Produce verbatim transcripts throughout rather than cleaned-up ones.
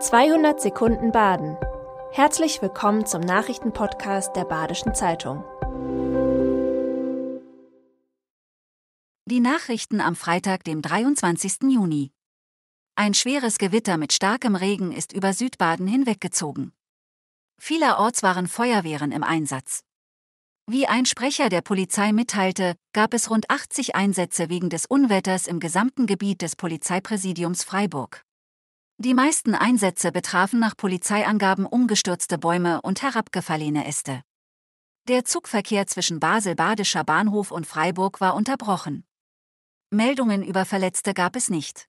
zweihundert Sekunden Baden. Herzlich willkommen zum Nachrichtenpodcast der Badischen Zeitung. Die Nachrichten am Freitag, dem dreiundzwanzigsten Juni. Ein schweres Gewitter mit starkem Regen ist über Südbaden hinweggezogen. Vielerorts waren Feuerwehren im Einsatz. Wie ein Sprecher der Polizei mitteilte, gab es rund achtzig Einsätze wegen des Unwetters im gesamten Gebiet des Polizeipräsidiums Freiburg. Die meisten Einsätze betrafen nach Polizeiangaben umgestürzte Bäume und herabgefallene Äste. Der Zugverkehr zwischen Basel-Badischer Bahnhof und Freiburg war unterbrochen. Meldungen über Verletzte gab es nicht.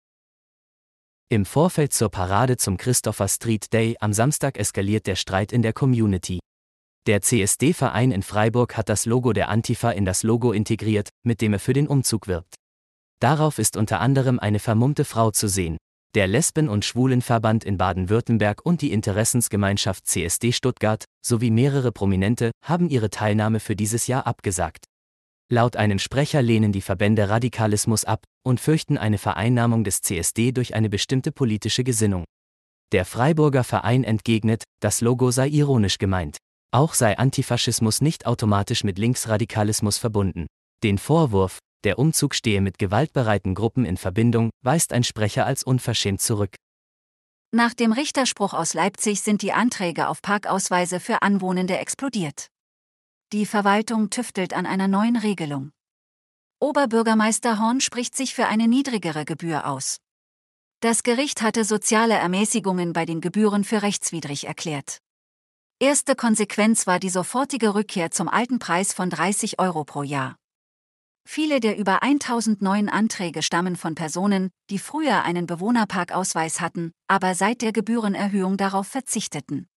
Im Vorfeld zur Parade zum Christopher Street Day am Samstag eskaliert der Streit in der Community. Der C S D-Verein in Freiburg hat das Logo der Antifa in das Logo integriert, mit dem er für den Umzug wirbt. Darauf ist unter anderem eine vermummte Frau zu sehen. Der Lesben- und Schwulenverband in Baden-Württemberg und die Interessensgemeinschaft C S D Stuttgart sowie mehrere Prominente haben ihre Teilnahme für dieses Jahr abgesagt. Laut einem Sprecher lehnen die Verbände Radikalismus ab und fürchten eine Vereinnahmung des C S D durch eine bestimmte politische Gesinnung. Der Freiburger Verein entgegnet, das Logo sei ironisch gemeint. Auch sei Antifaschismus nicht automatisch mit Linksradikalismus verbunden. Den Vorwurf, der Umzug stehe mit gewaltbereiten Gruppen in Verbindung, weist ein Sprecher als unverschämt zurück. Nach dem Richterspruch aus Leipzig sind die Anträge auf Parkausweise für Anwohnende explodiert. Die Verwaltung tüftelt an einer neuen Regelung. Oberbürgermeister Horn spricht sich für eine niedrigere Gebühr aus. Das Gericht hatte soziale Ermäßigungen bei den Gebühren für rechtswidrig erklärt. Erste Konsequenz war die sofortige Rückkehr zum alten Preis von dreißig Euro pro Jahr. Viele der über tausend neuen Anträge stammen von Personen, die früher einen Bewohnerparkausweis hatten, aber seit der Gebührenerhöhung darauf verzichteten.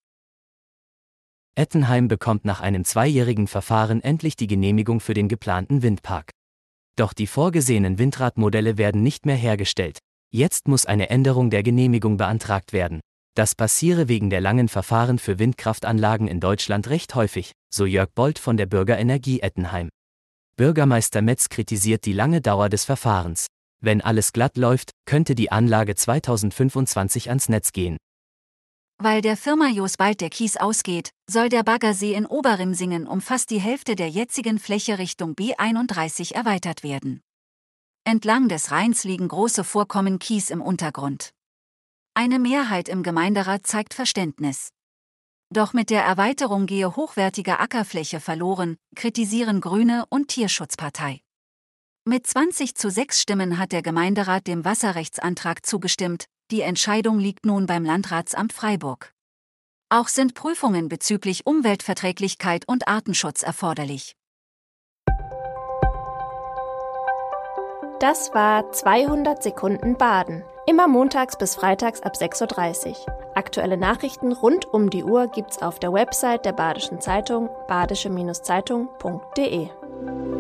Ettenheim bekommt nach einem zweijährigen Verfahren endlich die Genehmigung für den geplanten Windpark. Doch die vorgesehenen Windradmodelle werden nicht mehr hergestellt. Jetzt muss eine Änderung der Genehmigung beantragt werden. Das passiere wegen der langen Verfahren für Windkraftanlagen in Deutschland recht häufig, so Jörg Bold von der Bürgerenergie Ettenheim. Bürgermeister Metz kritisiert die lange Dauer des Verfahrens. Wenn alles glatt läuft, könnte die Anlage zweitausendfünfundzwanzig ans Netz gehen. Weil der Firma Jos bald der Kies ausgeht, soll der Baggersee in Oberrimsingen um fast die Hälfte der jetzigen Fläche Richtung B einunddreißig erweitert werden. Entlang des Rheins liegen große Vorkommen Kies im Untergrund. Eine Mehrheit im Gemeinderat zeigt Verständnis. Doch mit der Erweiterung gehe hochwertige Ackerfläche verloren, kritisieren Grüne und Tierschutzpartei. Mit zwanzig zu sechs Stimmen hat der Gemeinderat dem Wasserrechtsantrag zugestimmt, die Entscheidung liegt nun beim Landratsamt Freiburg. Auch sind Prüfungen bezüglich Umweltverträglichkeit und Artenschutz erforderlich. Das war zweihundert Sekunden Baden. Immer montags bis freitags ab sechs Uhr dreißig. Aktuelle Nachrichten rund um die Uhr gibt's auf der Website der Badischen Zeitung badische Zeitung punkt de.